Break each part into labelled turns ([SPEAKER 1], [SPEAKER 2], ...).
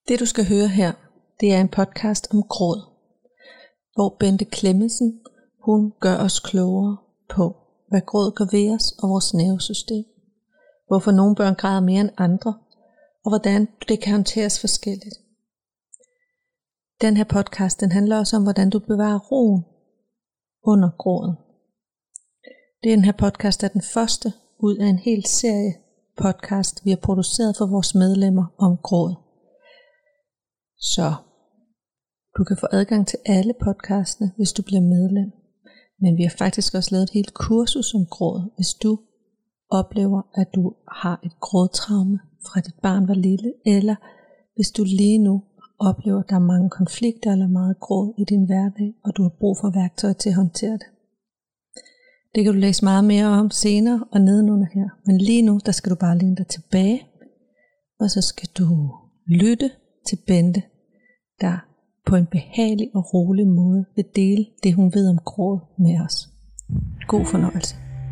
[SPEAKER 1] Det du skal høre her, det er en podcast om gråd, hvor Bente Clemmensen, hun gør os klogere på, hvad gråd gør ved os og vores nervesystem. Hvorfor nogle børn græder mere end andre, og hvordan det kan håndteres forskelligt. Den her podcast, den handler også om, hvordan du bevarer roen under gråden. Den her podcast er den første ud af en hel serie podcast, vi har produceret for vores medlemmer om gråd. Så du kan få adgang til alle podcastene, hvis du bliver medlem. Men vi har faktisk også lavet et helt kursus om gråd, hvis du oplever, at du har et grådtraume fra dit barn var lille, eller hvis du lige nu oplever, at der er mange konflikter eller meget gråd i din hverdag, og du har brug for værktøj til at håndtere det. Det kan du læse meget mere om senere og nedenunder her. Men lige nu, der skal du bare læne dig tilbage, og så skal du lytte til Bente, der på en behagelig og rolig måde vil dele det, hun ved om gråd med os. God fornøjelse.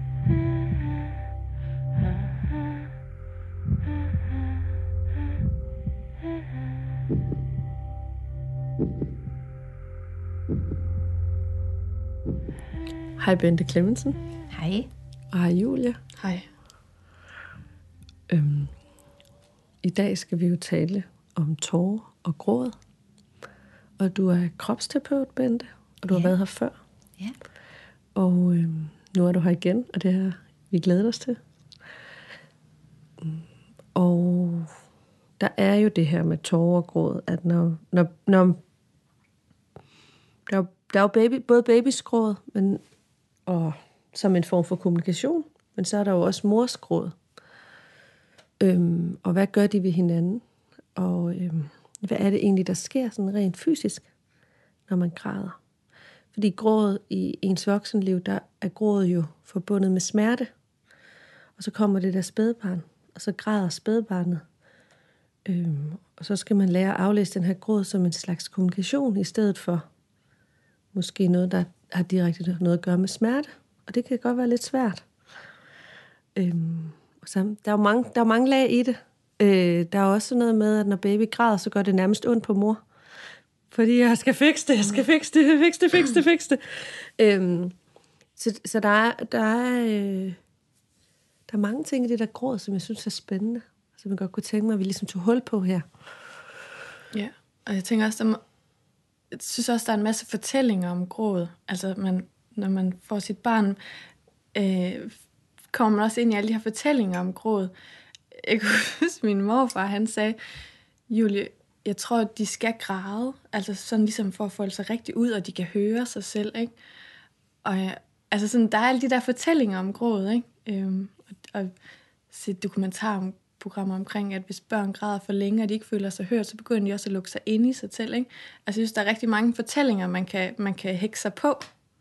[SPEAKER 1] Hej Bente Clemmensen.
[SPEAKER 2] Hej.
[SPEAKER 1] Og hej Julia.
[SPEAKER 2] Hej.
[SPEAKER 1] I dag skal vi jo tale om tårer og gråd. Og du er kropsterapeut, Bente, og du har været her før.
[SPEAKER 2] Ja.
[SPEAKER 1] Og nu er du her igen, og det har vi glædet os til. Og der er jo det her med tårer og gråd, at når der er jo både babysgråd, men og som en form for kommunikation, men så er der jo også morsgråd. Og hvad gør de ved hinanden? Og hvad er det egentlig, der sker sådan rent fysisk, når man græder? Fordi gråd i ens voksenliv, der er gråd jo forbundet med smerte. Og så kommer det der spædbarn, og så græder spædbarnet. Og så skal man lære at aflæse den her gråd som en slags kommunikation, i stedet for måske noget, der har direkte noget at gøre med smerte. Og det kan godt være lidt svært. Der er mange lag i det. Der er også noget med, at når baby græder, så gør det nærmest ondt på mor. Fordi jeg skal fikse det. Så der er mange ting i det der gråd, som jeg synes er spændende. Som jeg godt kunne tænke mig, at vi ligesom tog hul på her.
[SPEAKER 2] Ja, og jeg tænker også, jeg synes også, der er en masse fortællinger om gråd. Altså, når man får sit barn, kommer man også ind i alle de her fortællinger om gråd. Jeg kunne huske, min morfar, han sagde, Julie, jeg tror, at de skal græde, altså sådan ligesom for at folde sig rigtig ud, og de kan høre sig selv, ikke? Og altså sådan, der er alle de der fortællinger om gråd, ikke? Og se dokumentarprogrammer omkring, at hvis børn græder for længe, og de ikke føler sig hørt, så begynder de også at lukke sig ind i sig selv, ikke? Altså jeg synes, der er rigtig mange fortællinger, man kan hække sig på.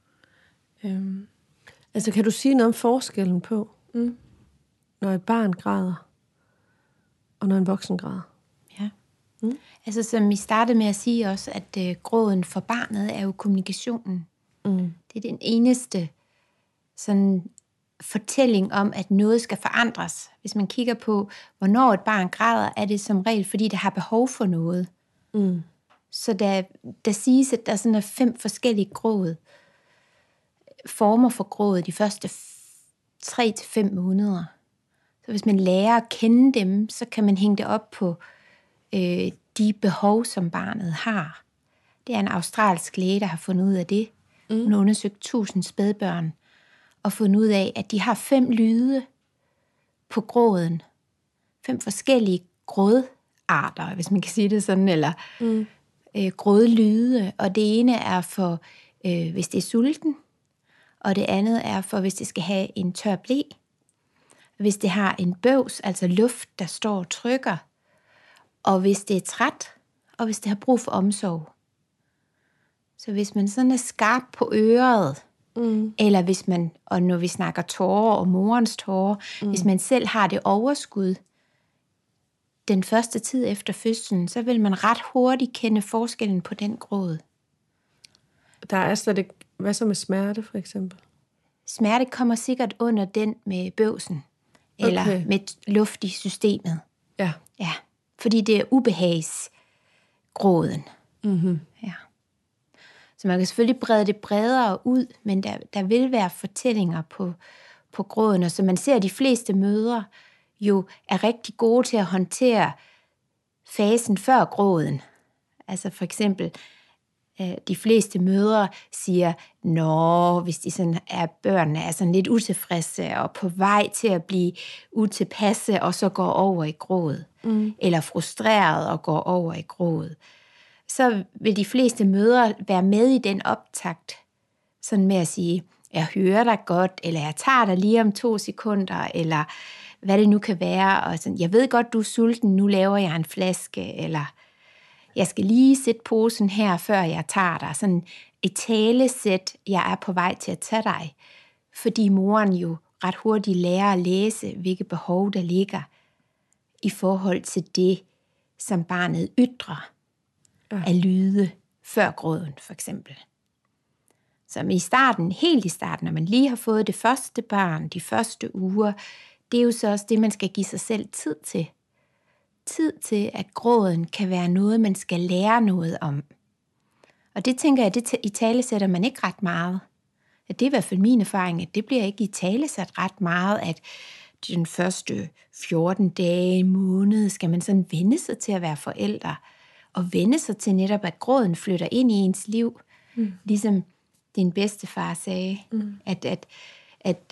[SPEAKER 1] Altså kan du sige noget om forskellen på, når et barn græder, og når en voksen græder?
[SPEAKER 3] Ja. Altså som vi startede med at sige også, at gråden for barnet er jo kommunikationen. Det er den eneste sådan fortælling om, at noget skal forandres. Hvis man kigger på, hvornår et barn græder, er det som regel, fordi det har behov for noget. Så der siges, at der sådan er 5 forskellige gråd. Former for gråd de første 3-5 måneder. Så hvis man lærer at kende dem, så kan man hænge det op på de behov, som barnet har. Det er en australsk læge, der har fundet ud af det. Hun har undersøgt 1000 spædbørn og fundet ud af, at de har 5 lyde på gråden. 5 forskellige grådarter, hvis man kan sige det sådan, eller grådlyde. Og det ene er for, hvis det er sulten, og det andet er for, hvis det skal have en tør ble, hvis det har en bøvs, altså luft, der står og trykker, og hvis det er træt, og hvis det har brug for omsorg. Så hvis man sådan er skarp på øret, eller hvis man, og når vi snakker tårer og morens tårer, hvis man selv har det overskud den første tid efter fødslen, så vil man ret hurtigt kende forskellen på den gråd.
[SPEAKER 1] Der er slet ikke, hvad så med smerte for eksempel?
[SPEAKER 3] Smerte kommer sikkert under den med bøvsen, eller med luft i systemet.
[SPEAKER 1] Ja.
[SPEAKER 3] Ja, fordi det er ubehags gråden.
[SPEAKER 4] Mm-hmm.
[SPEAKER 3] Ja. Så man kan selvfølgelig brede det bredere ud, men der vil være fortællinger på gråden, og så man ser, at de fleste mødre jo er rigtig gode til at håndtere fasen før gråden. Altså for eksempel, de fleste mødre siger, hvis de sådan børnene er sådan lidt utilfredse og på vej til at blive utilpasse, og så går over i gråd, eller frustreret og går over i gråd, så vil de fleste mødre være med i den optakt, sådan med at sige, jeg hører dig godt, eller jeg tager dig lige om 2 sekunder, eller hvad det nu kan være, og sådan, jeg ved godt, du er sulten, nu laver jeg en flaske, eller jeg skal lige sætte posen her, før jeg tager dig. Sådan et talesæt, jeg er på vej til at tage dig, fordi moren jo ret hurtigt lærer at læse, hvilke behov der ligger i forhold til det, som barnet ytrer af lyde før gråden, for eksempel. Så helt i starten, når man lige har fået det første barn, de første uger, det er jo så også det, man skal give sig selv tid til. Tid til, at gråden kan være noget, man skal lære noget om. Og det tænker jeg, det i tale sætter man ikke ret meget. At det er i hvert fald min erfaring, at det bliver ikke i tale sat ret meget, at den første 14 dage, måned, skal man sådan vende sig til at være forældre, og vende sig til netop, at gråden flytter ind i ens liv. Ligesom din bedstefar sagde, at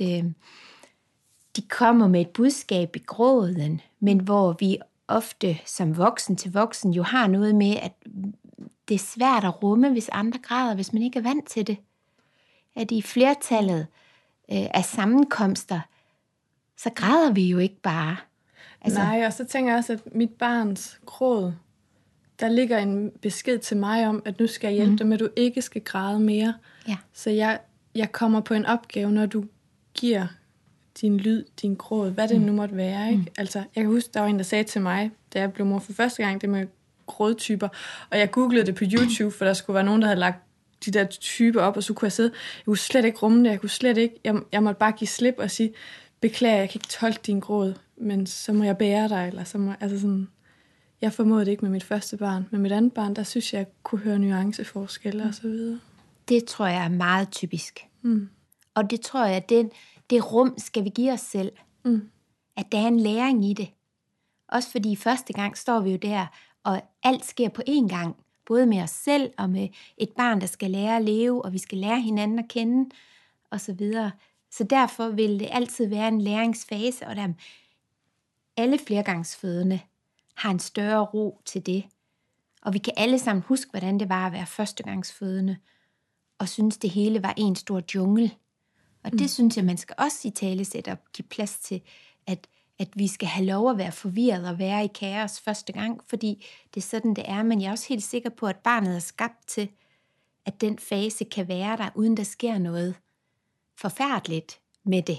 [SPEAKER 3] de kommer med et budskab i gråden, men hvor vi ofte som voksen til voksen jo har noget med, at det er svært at rumme, hvis andre græder, hvis man ikke er vant til det. At i flertallet af sammenkomster, så græder vi jo ikke bare.
[SPEAKER 2] Altså. Nej, og så tænker jeg også, at mit barns gråd, der ligger en besked til mig om, at nu skal jeg hjælpe dig med, at du ikke skal græde mere.
[SPEAKER 3] Ja.
[SPEAKER 2] Så jeg kommer på en opgave, når du giver din lyd, din gråd, hvad det nu måtte være. Ikke? Altså, jeg kan huske, der var en, der sagde til mig, da jeg blev mor for første gang, det med grådtyper, og jeg googlede det på YouTube, for der skulle være nogen, der havde lagt de der typer op, og så kunne jeg sidde, jeg kunne slet ikke rumme det, jeg kunne slet ikke, jeg måtte bare give slip og sige, beklager, jeg kan ikke tolke din gråd, men så må jeg bære dig, eller så må, altså sådan, jeg formåede det ikke med mit første barn, men mit andet barn, der synes jeg kunne høre nuanceforskelle og så videre.
[SPEAKER 3] Det tror jeg er meget typisk. Og det tror jeg, at det rum skal vi give os selv. At der er en læring i det. Også fordi første gang står vi jo der, og alt sker på én gang. Både med os selv og med et barn, der skal lære at leve, og vi skal lære hinanden at kende, og så videre. Så derfor vil det altid være en læringsfase, og der alle flergangsfødende har en større ro til det. Og vi kan alle sammen huske, hvordan det var at være førstegangsfødende, og synes, det hele var en stor jungle. Og det synes jeg, man skal også i talesæt og give plads til, at vi skal have lov at være forvirret og være i kaos første gang, fordi det er sådan, det er. Men jeg er også helt sikker på, at barnet er skabt til, at den fase kan være der, uden der sker noget forfærdeligt med det.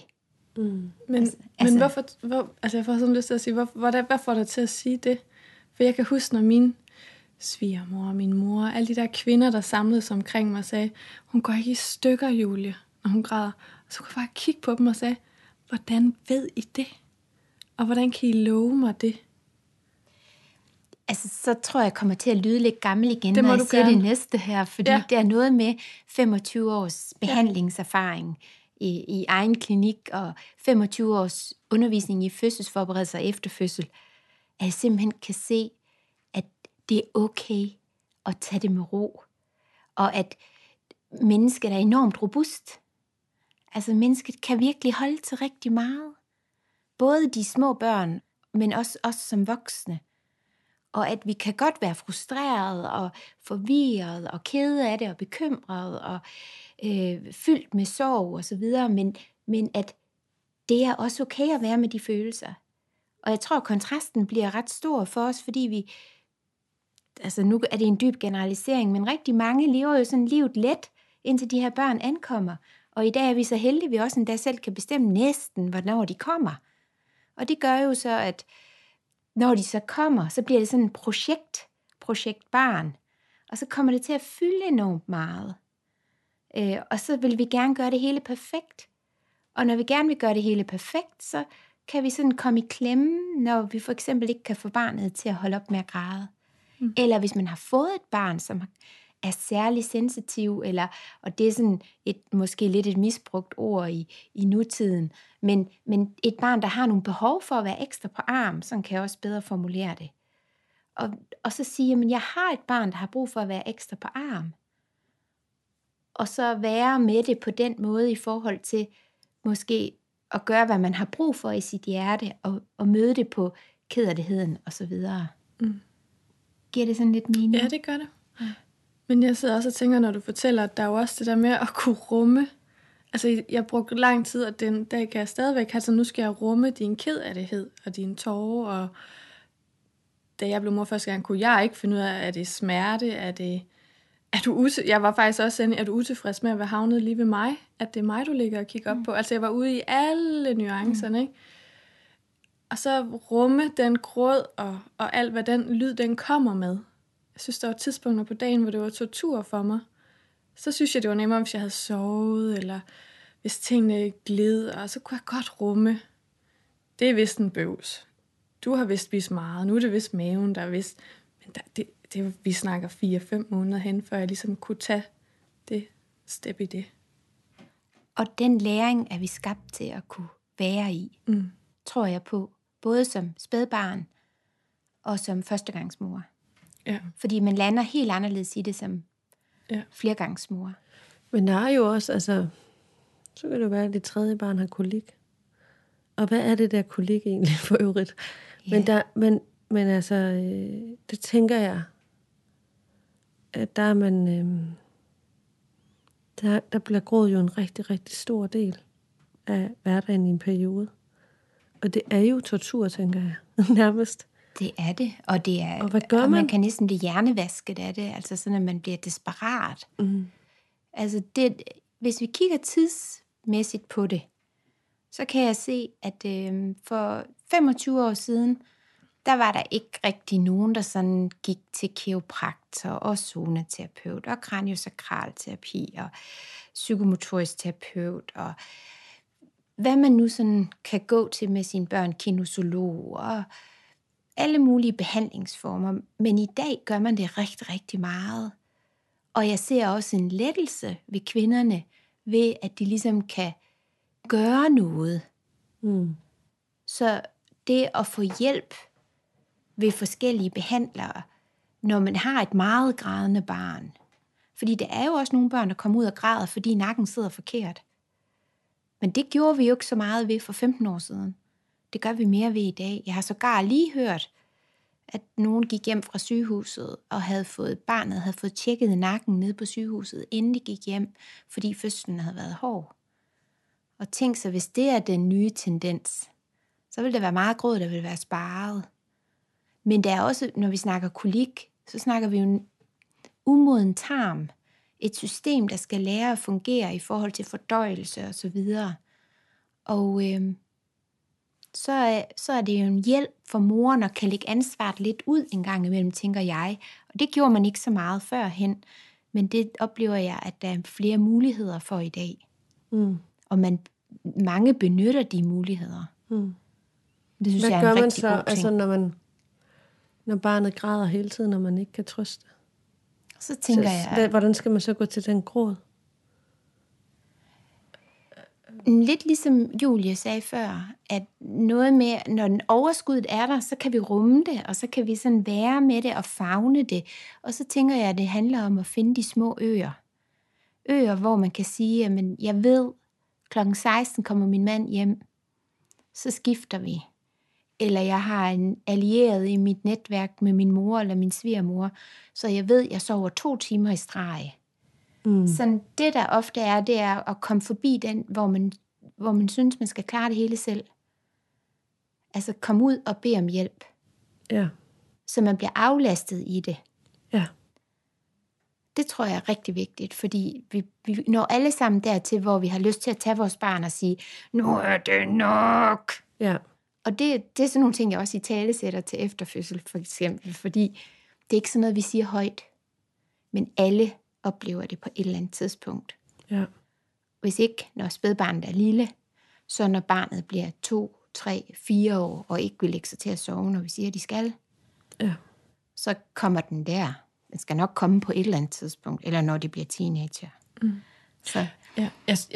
[SPEAKER 2] Men hvorfor, jeg får sådan lyst til at sige, hvad får dig til at sige det? For jeg kan huske, når min svigermor og min mor, alle de der kvinder, der samlede sig omkring mig, sagde, hun går ikke i stykker, Julie, når hun græder. Og så kunne jeg bare kigge på dem og sige, hvordan ved I det? Og hvordan kan I love mig det?
[SPEAKER 3] Altså, så tror jeg kommer til at lyde lidt gammel igen, når jeg siger det næste her, fordi det er noget med 25 års behandlingserfaring i egen klinik, og 25 års undervisning i fødselsforberedelse og efterfødsel, at jeg simpelthen kan se, at det er okay at tage det med ro, og at mennesket er enormt robust. Altså, mennesket kan virkelig holde til rigtig meget. Både de små børn, men også os som voksne. Og at vi kan godt være frustreret og forvirret og kede af det og bekymret og fyldt med sorg og så videre, men at det er også okay at være med de følelser. Og jeg tror, at kontrasten bliver ret stor for os, fordi vi, altså nu er det en dyb generalisering, men rigtig mange lever jo sådan livet let, indtil de her børn ankommer. Og i dag er vi så heldige, at vi også endda selv kan bestemme næsten, hvornår de kommer. Og det gør jo så, at når de så kommer, så bliver det sådan et projekt barn. Og så kommer det til at fylde enormt meget. Og så vil vi gerne gøre det hele perfekt. Og når vi gerne vil gøre det hele perfekt, så kan vi sådan komme i klemme, når vi for eksempel ikke kan få barnet til at holde op med at græde. Eller hvis man har fået et barn, som er særlig sensitiv, og det er sådan måske lidt et misbrugt ord i nutiden, men et barn, der har nogle behov for at være ekstra på arm, sådan kan jeg også bedre formulere det. Og så sige, at jeg har et barn, der har brug for at være ekstra på arm. Og så være med det på den måde i forhold til måske at gøre, hvad man har brug for i sit hjerte, og møde det på kederligheden og så videre. Giver det sådan lidt mening?
[SPEAKER 2] Ja, det gør det. Men jeg sidder også og tænker, når du fortæller, at der er jo også det der med at kunne rumme. Altså, jeg brugte lang tid, og den dag kan jeg stadigvæk have, så nu skal jeg rumme din kederlighed og dine tårer. Og da jeg blev mor første gang, kunne jeg ikke finde ud af, er det smerte, jeg var faktisk også sådan, er du utilfreds med at være havnet lige ved mig? At det er mig, du ligger og kigger op på? Altså, jeg var ude i alle nuancerne, ikke? Og så rumme den gråd og alt, hvad den lyd, den kommer med. Jeg synes, der var tidspunkter på dagen, hvor det var tortur for mig. Så synes jeg, det var nemmere, hvis jeg havde sovet, eller hvis tingene gled, og så kunne jeg godt rumme. Det er vist en bøvs. Du har vist spist meget, nu er det vist maven, der er vist... Men vi snakker 4-5 måneder hen, før jeg ligesom kunne tage det step i det.
[SPEAKER 3] Og den læring er vi skabt til at kunne være i, tror jeg på. Både som spædbarn og som førstegangsmor.
[SPEAKER 2] Ja.
[SPEAKER 3] Fordi man lander helt anderledes i det som flergangsmor.
[SPEAKER 1] Men der er jo også, altså, så kan det være, at det tredje barn har kolik. Og hvad er det der kolik egentlig for øvrigt? Ja. Men altså, det tænker jeg, at der er man, der bliver gråd jo en rigtig, rigtig stor del af hverdagen i en periode. Og det er jo tortur, tænker jeg, nærmest.
[SPEAKER 3] Det er det, og det er,
[SPEAKER 1] og hvad gør
[SPEAKER 3] man kan næsten blive hjernevasket af det, altså sådan, at man bliver desperat. Altså hvis vi kigger tidsmæssigt på det, så kan jeg se, at for 25 år siden, der var der ikke rigtig nogen, der sådan gik til kiropraktor og zoneterapeut og kraniosakralterapi og psykomotorisk terapeut og hvad man nu sådan kan gå til med sine børn, kinesiolog og alle mulige behandlingsformer. Men i dag gør man det rigtig, rigtig meget. Og jeg ser også en lettelse ved kvinderne, ved at de ligesom kan gøre noget. Så det at få hjælp ved forskellige behandlere, når man har et meget grædende barn. Fordi der er jo også nogle børn, der kommer ud og græder, fordi nakken sidder forkert. Men det gjorde vi jo ikke så meget ved for 15 år siden. Det gør vi mere ved i dag. Jeg har sågar lige hørt, at nogen gik hjem fra sygehuset og barnet havde fået tjekket nakken nede på sygehuset, inden de gik hjem, fordi fødslen havde været hård. Og tænk så, hvis det er den nye tendens, så vil der være meget gråd, der vil være sparet. Men der er også, når vi snakker kolik, så snakker vi jo en umoden tarm. Et system, der skal lære at fungere i forhold til fordøjelse og så videre. Og så er det jo en hjælp for moren at kan lægge ansvaret lidt ud en gang imellem, tænker jeg. Og det gjorde man ikke så meget førhen. Men det oplever jeg, at der er flere muligheder for i dag. Og mange benytter de muligheder. Det synes jeg er en rigtig god ting.
[SPEAKER 1] Altså, når barnet græder hele tiden, når man ikke kan trøste?
[SPEAKER 3] Så tænker jeg...
[SPEAKER 1] Hvordan skal man så gå til den gråd?
[SPEAKER 3] Lidt ligesom Julie sagde før, at noget med, når den overskuddet er der, så kan vi rumme det, og så kan vi sådan være med det og favne det. Og så tænker jeg, at det handler om at finde de små øer. Øer, hvor man kan sige, at jeg ved, klokken 16 kommer min mand hjem, så skifter vi. Eller jeg har en allieret i mit netværk med min mor eller min svigermor, så jeg ved, at jeg sover 2 timer i streg. Så det, der ofte er, det er at komme forbi den, hvor man synes, man skal klare det hele selv. Altså komme ud og bede om hjælp.
[SPEAKER 1] Ja.
[SPEAKER 3] Så man bliver aflastet i det.
[SPEAKER 1] Ja.
[SPEAKER 3] Det tror jeg er rigtig vigtigt, fordi vi når alle sammen dertil, hvor vi har lyst til at tage vores barn og sige, nu er det nok.
[SPEAKER 1] Ja.
[SPEAKER 3] Og det er sådan nogle ting, jeg også i tale sætter til efterfødsel, for eksempel, fordi det er ikke sådan noget, vi siger højt, men alle oplever det på et eller andet tidspunkt.
[SPEAKER 1] Ja.
[SPEAKER 3] Hvis ikke, når spædbarnet er lille, så når barnet bliver 2, 3, 4 år, og ikke vil lægge sig til at sove, når vi siger, at de skal, så kommer den der. Den skal nok komme på et eller andet tidspunkt, eller når de bliver teenager. Så.
[SPEAKER 2] Ja,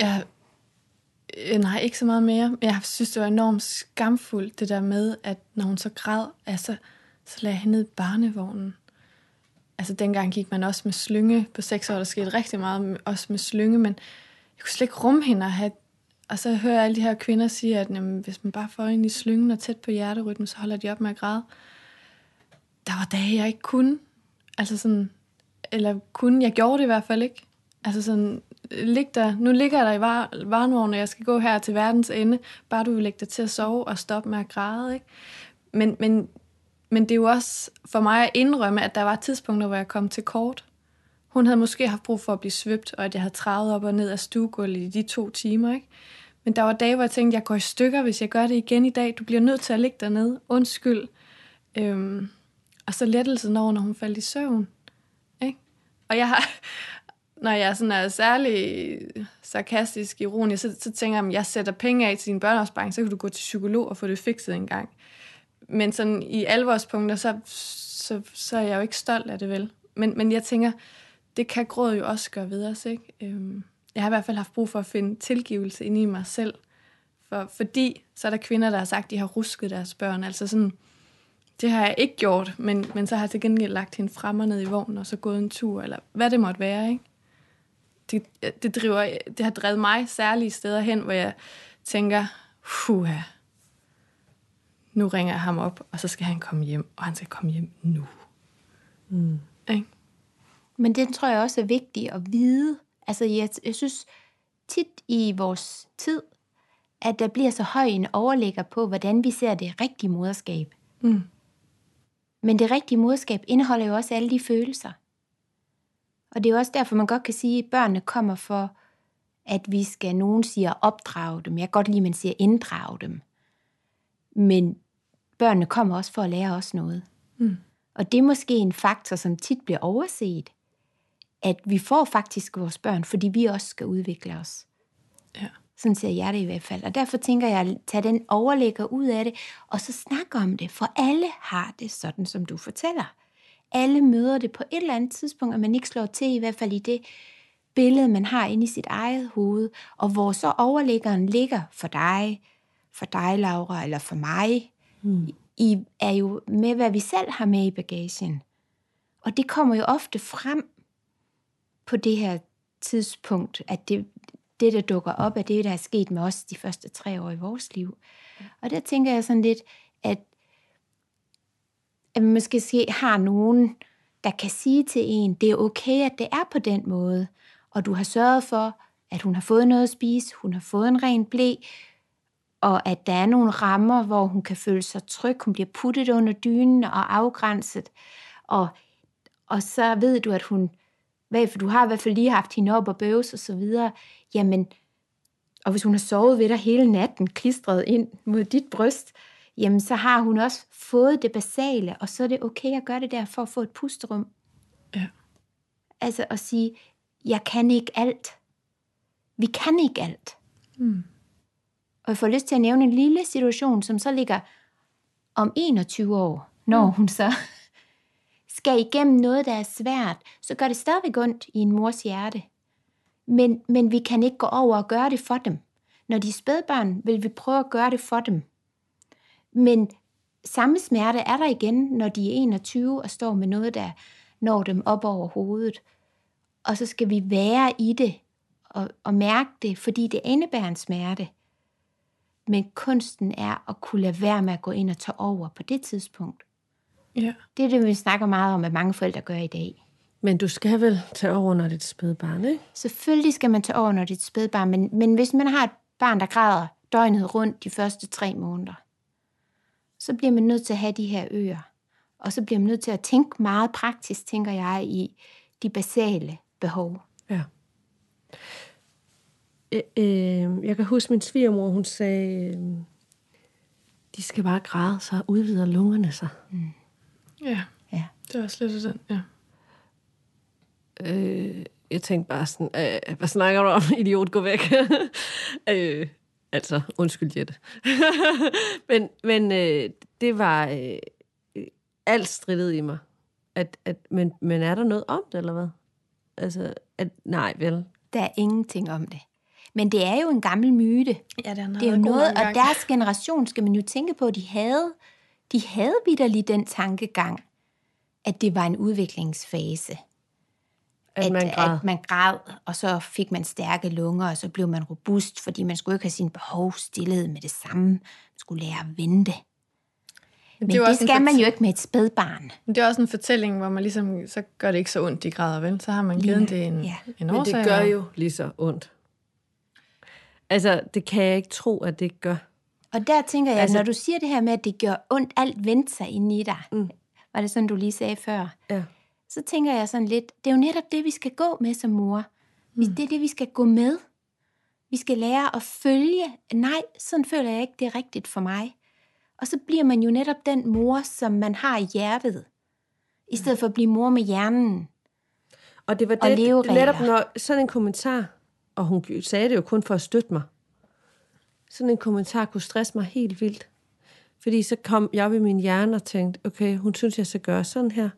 [SPEAKER 2] nej, ikke så meget mere. Jeg synes, det var enormt skamfuldt, det der med, at når hun så græd, altså, så lagde jeg hende ned i barnevognen. Altså, dengang gik man også med slynge. På 6 år, der skete rigtig meget også med slynge, men jeg kunne slet ikke rumme hende at have. Og så hører jeg alle de her kvinder sige, at jamen, hvis man bare får hende i slyngen og tæt på hjerterytmen, så holder de op med at græde. Der var dage, jeg ikke kunne. Altså sådan, eller kunne, jeg gjorde det i hvert fald ikke. Altså sådan, nu ligger der i varmevognen, og jeg skal gå her til verdens ende, bare du vil lægge dig til at sove og stoppe med at græde, ikke? Men det er jo også for mig at indrømme, at der var tidspunkter, hvor jeg kom til kort. Hun havde måske haft brug for at blive svøbt, og at jeg havde travet op og ned af stuegulvet i de 2 timer, ikke? Men der var dage, hvor jeg tænkte, jeg går i stykker, hvis jeg gør det igen i dag. Du bliver nødt til at ligge dernede. Undskyld. Og så lettelsen over, når hun faldt i søvn. Ikke? Og når jeg sådan er særlig sarkastisk, ironisk, så tænker jeg, at jeg sætter penge af til din børneopsparing, så kan du gå til psykolog og få det fikset en gang. Men sådan i alvorspunkter, så er jeg jo ikke stolt af det, vel? Men jeg tænker, det kan gråd jo også gøre ved os, ikke? Jeg har i hvert fald haft brug for at finde tilgivelse inde i mig selv. Fordi så er der kvinder, der har sagt, at de har rusket deres børn. Altså sådan, det har jeg ikke gjort, men så har jeg til gengæld lagt hende frem og ned i vognen, og så gået en tur, eller hvad det måtte være, ikke? Det har drevet mig særlige steder hen, hvor jeg tænker, nu ringer jeg ham op, og så skal han komme hjem, og han skal komme hjem nu. Ikke?
[SPEAKER 3] Men det tror jeg også er vigtigt at vide. Altså jeg synes tit i vores tid, at der bliver så høj en overligger på, hvordan vi ser det rigtige moderskab. Men det rigtige moderskab indeholder jo også alle de følelser. Og det er også derfor, man godt kan sige, at børnene kommer for, at vi skal, nogen siger opdrage dem. Jeg kan godt lide, at man siger inddrage dem. Men børnene kommer også for at lære os noget. Og det er måske en faktor, som tit bliver overset, at vi får faktisk vores børn, fordi vi også skal udvikle os.
[SPEAKER 2] Ja.
[SPEAKER 3] Sådan ser jeg det i hvert fald. Og derfor tænker jeg, at tage den overlægger ud af det, og så snakke om det, for alle har det sådan, som du fortæller. Alle møder det på et eller andet tidspunkt, og man ikke slår til, i hvert fald i det billede, man har inde i sit eget hoved, og hvor så overlæggeren ligger for dig, Laura, eller for mig, I er jo med, hvad vi selv har med i bagagen. Og det kommer jo ofte frem på det her tidspunkt, at det der dukker op, er det, der er sket med os de første 3 år i vores liv. Og der tænker jeg sådan lidt, at vi måske har nogen, der kan sige til en, det er okay, at det er på den måde, og du har sørget for, at hun har fået noget at spise, hun har fået en ren ble, og at der er nogle rammer, hvor hun kan føle sig tryg, hun bliver puttet under dynen og afgrænset, og så ved du, at hun, for du har i hvert fald lige haft hende op og bøves og så videre, jamen, og hvis hun har sovet ved dig hele natten, klistret ind mod dit bryst, jamen så har hun også fået det basale, og så er det okay at gøre det der for at få et pusterum.
[SPEAKER 2] Ja.
[SPEAKER 3] Altså at sige, jeg kan ikke alt. Vi kan ikke alt. Og jeg får lyst til at nævne en lille situation, som så ligger om 21 år, når hun så skal igennem noget, der er svært, så gør det stadigvæk ondt i en mors hjerte. Men vi kan ikke gå over og gøre det for dem. Når de er spædbørn, vil vi prøve at gøre det for dem. Men samme smerte er der igen, når de er 21 og står med noget, der når dem op over hovedet. Og så skal vi være i det og mærke det, fordi det indebærer en smerte. Men kunsten er at kunne lade være med at gå ind og tage over på det tidspunkt.
[SPEAKER 2] Ja.
[SPEAKER 3] Det er det, vi snakker meget om, at mange forældre gør i dag.
[SPEAKER 1] Men du skal vel tage over, når det er et spædbarn, ikke?
[SPEAKER 3] Selvfølgelig skal man tage over, når det er et spædbarn, men hvis man har et barn, der græder døgnet rundt de første 3 måneder, så bliver man nødt til at have de her øer. Og så bliver man nødt til at tænke meget praktisk, tænker jeg, i de basale behov.
[SPEAKER 1] Ja. Jeg kan huske min svigermor, hun sagde, de skal bare græde, så udvider lungerne sig.
[SPEAKER 2] Ja, det var slet den, ja.
[SPEAKER 1] Jeg tænkte bare sådan, hvad snakker du om, idiot, gå væk. Altså, undskyld, Jette. men det var alt strittet i mig.
[SPEAKER 4] Men er der noget om det, eller hvad? Altså, nej vel?
[SPEAKER 3] Der er ingenting om det. Men det er jo en gammel myte.
[SPEAKER 2] Ja, det
[SPEAKER 3] er jo noget, og deres generation skal man jo tænke på, at de havde vitterligt den tankegang, at det var en udviklingsfase. At man græd, og så fik man stærke lunger, og så blev man robust, fordi man skulle ikke have sine behov stillet med det samme. Man skulle lære at vente. Men det skal man jo ikke med et spædbarn.
[SPEAKER 2] Det er også en fortælling, hvor man ligesom, så gør det ikke så ondt, de græder, vel? Så har man givet det en årsag.
[SPEAKER 4] Men det gør jo lige så ondt. Altså, det kan jeg ikke tro, at det gør.
[SPEAKER 3] Og der tænker jeg, når du siger det her med, at det gør ondt, alt venter sig inde i dig. Var det sådan, du lige sagde før?
[SPEAKER 4] Ja.
[SPEAKER 3] Så tænker jeg sådan lidt, det er jo netop det, vi skal gå med som mor. Det er det, vi skal gå med. Vi skal lære at følge. Nej, sådan føler jeg ikke, det er rigtigt for mig. Og så bliver man jo netop den mor, som man har i hjertet. I stedet for at blive mor med hjernen.
[SPEAKER 4] Og det var det, netop når sådan en kommentar, og hun sagde det jo kun for at støtte mig, sådan en kommentar kunne stresse mig helt vildt. Fordi så kom jeg op i min hjerne og tænkte, okay, hun synes, jeg skal gøre sådan her.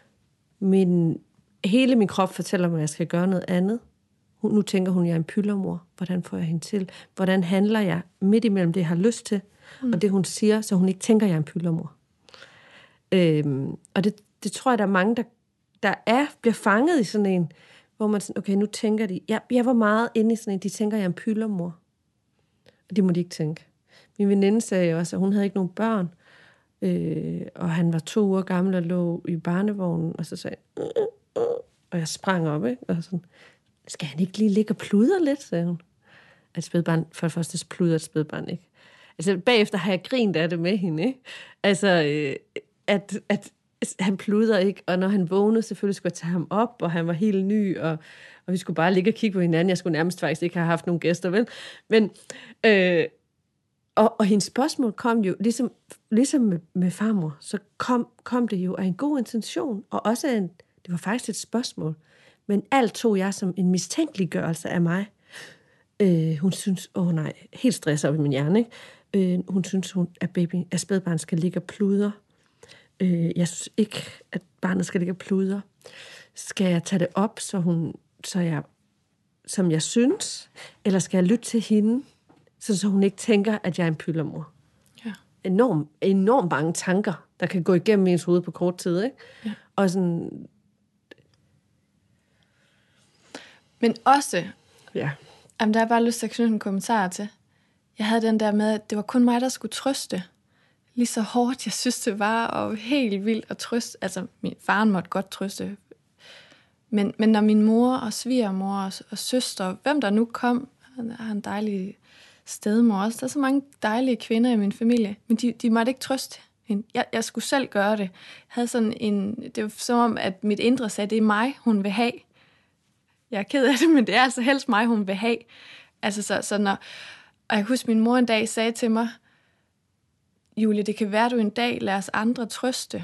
[SPEAKER 4] Hele min krop fortæller mig, at jeg skal gøre noget andet. Nu tænker hun, at jeg er en pyldermor. Hvordan får jeg hende til? Hvordan handler jeg midt imellem det, jeg har lyst til, og det, hun siger, så hun ikke tænker, at jeg er en pyldermor. Og det tror jeg, der er mange, der bliver fanget i sådan en, hvor man sådan, okay, nu tænker de, jeg var meget inde i sådan en, de tænker, jeg er en pyldermor. Og det må de ikke tænke. Min veninde sagde også, at hun havde ikke nogen børn, og han var 2 uger gammel og lå i barnevognen, og så sagde og jeg sprang op, ikke? Og sådan, skal han ikke lige ligge og pludre lidt, sagde hun. At spædbarn, for det første pludrer et spædbarn ikke. Altså bagefter har jeg grint af det med hende, ikke? Altså, at han pludrer ikke, og når han vågnede, selvfølgelig skulle jeg tage ham op, og han var helt ny, og vi skulle bare ligge og kigge på hinanden. Jeg skulle nærmest faktisk ikke have haft nogen gæster, vel? Men, og hendes spørgsmål kom jo, ligesom med farmor, så kom det jo af en god intention, og også det var faktisk et spørgsmål, men alt tog jeg som en mistænkeliggørelse af mig. Hun synes, nej, helt stresset op i min hjerne, ikke? Hun synes, at spædbarn skal ligge og pludre. Jeg synes ikke, at barnet skal ligge og pludre. Skal jeg tage det op, som jeg synes, eller skal jeg lytte til hende, så hun ikke tænker, at jeg er en pyldermor? Ja. Enormt mange tanker, der kan gå igennem ens hoved på kort tid, ikke? Ja. Og sådan...
[SPEAKER 2] Men også...
[SPEAKER 4] Ja.
[SPEAKER 2] Jamen, der er bare lyst til at knytte en kommentar til. Jeg havde den der med, at det var kun mig, der skulle trøste. Lige så hårdt, jeg synes, det var, og helt vildt at trøste. Altså, min faren måtte godt trøste. Men når min mor og svigermor og søster, hvem der nu kom, jeg har en dejlig stedmor også. Der er så mange dejlige kvinder i min familie, men de måtte ikke trøste hende. Jeg skulle selv gøre det. Jeg havde sådan det var som om, at mit indre sagde, det er mig, hun vil have. Jeg er ked af det, men det er altså helst mig, hun vil have. Altså så når... Og jeg husker, min mor en dag sagde til mig, Julie, det kan være, du en dag lader os andre trøste.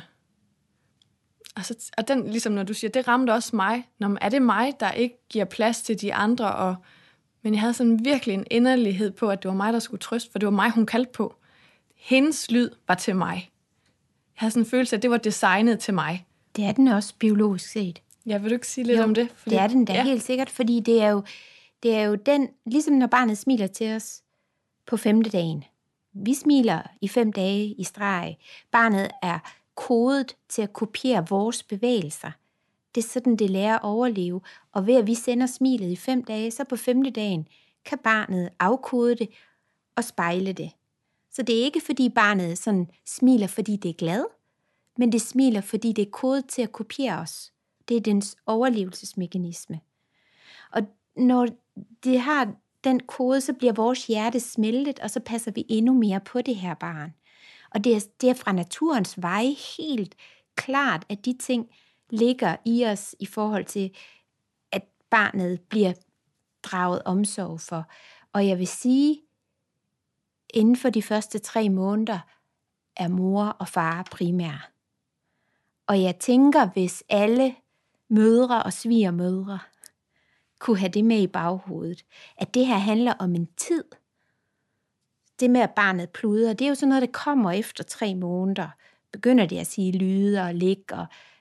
[SPEAKER 2] Og den, ligesom når du siger, det ramte også mig. Er det mig, der ikke giver plads til de andre? Men jeg havde sådan virkelig en inderlighed på, at det var mig, der skulle trøste, for det var mig, hun kaldte på. Hendes lyd var til mig. Jeg havde sådan en følelse af, at det var designet til mig.
[SPEAKER 3] Det er den også biologisk set.
[SPEAKER 2] Ja, vil du ikke sige lidt om det?
[SPEAKER 3] Fordi, det er den da helt sikkert, fordi det er jo den, ligesom når barnet smiler til os på 5. dagen. Vi smiler i 5 dage i streg. Barnet er kodet til at kopiere vores bevægelser. Det er sådan, det lærer at overleve. Og ved at vi sender smilet i 5 dage, så på 5. dagen kan barnet afkode det og spejle det. Så det er ikke, fordi barnet sådan smiler, fordi det er glad, men det smiler, fordi det er kodet til at kopiere os. Det er dens overlevelsesmekanisme. Og når det har den kode, så bliver vores hjerte smeltet, og så passer vi endnu mere på det her barn. Og det er fra naturens vej helt klart, at de ting ligger i os i forhold til, at barnet bliver draget omsorg for. Og jeg vil sige, inden for de første 3 måneder er mor og far primære. Og jeg tænker, hvis alle mødre og svigermødre kunne have det med i baghovedet, at det her handler om en tid. Det med, at barnet pluder, det er jo sådan noget, der kommer efter 3 måneder. Begynder det at sige lyde og ligge, og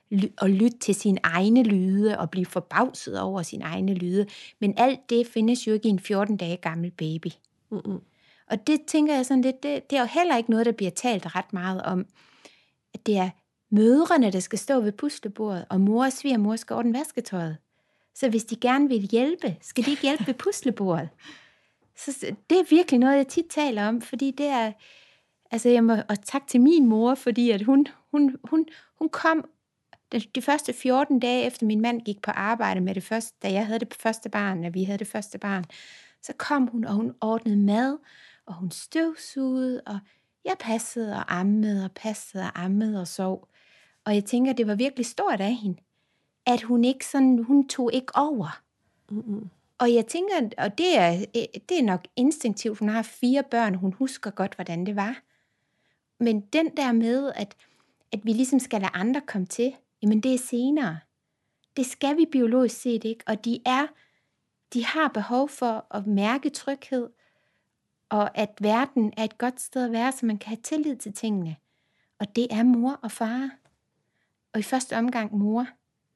[SPEAKER 3] at lytte til sine egne lyde og blive forbavset over sine egne lyde. Men alt det findes jo ikke i en 14 dage gammel baby. Mm-mm. Og det tænker jeg sådan lidt, det er jo heller ikke noget, der bliver talt ret meget om. At det er mødrene, der skal stå ved puslebordet, og mor og svigermor skal ordne vasketøjet. Så hvis de gerne vil hjælpe, skal de ikke hjælpe ved puslebordet. Så det er virkelig noget, jeg tit taler om, fordi det er, altså og tak til min mor, fordi at hun kom de første 14 dage efter min mand gik på arbejde med det første, da jeg havde det første barn, og vi havde det første barn, så kom hun, og hun ordnede mad, og hun støvsugede, og jeg passede og ammede og sov. Og jeg tænker, det var virkelig stort af hende, at hun tog ikke over. Mm-hmm. Og jeg tænker, og det er nok instinktivt, hun har 4 børn, hun husker godt, hvordan det var. Men den der med, at vi ligesom skal lade andre komme til, jamen det er senere. Det skal vi biologisk set ikke, og de har behov for at mærke tryghed, og at verden er et godt sted at være, så man kan have tillid til tingene. Og det er mor og far. Og i første omgang mor.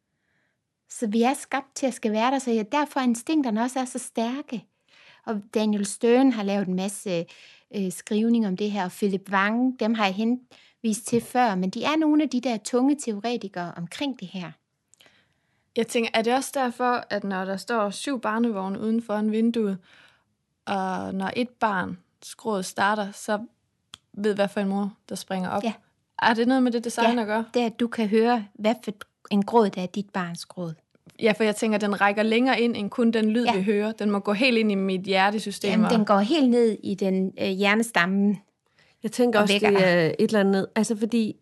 [SPEAKER 3] Så vi er skabt til at skal være der, så derfor instinkterne også er så stærke. Og Daniel Stern har lavet en masse skrivning om det her, og Philip Wang, dem har jeg henvist til før, men de er nogle af de der tunge teoretikere omkring det her.
[SPEAKER 2] Jeg tænker, er det også derfor, at når der står 7 barnevogne uden for en vindue, og når et barn skrådet starter, så ved hvad for en mor, der springer op?
[SPEAKER 3] Ja.
[SPEAKER 2] Er det noget med det design at gøre?
[SPEAKER 3] Det er, at du kan høre, hvad for en gråd, der er dit barns gråd.
[SPEAKER 2] Ja, for jeg tænker, den rækker længere ind, end kun den lyd, vi hører. Den må gå helt ind i mit hjertesystem.
[SPEAKER 3] Jamen, den går helt ned i den hjernestammen.
[SPEAKER 4] Jeg tænker også, det er et eller andet. Altså, fordi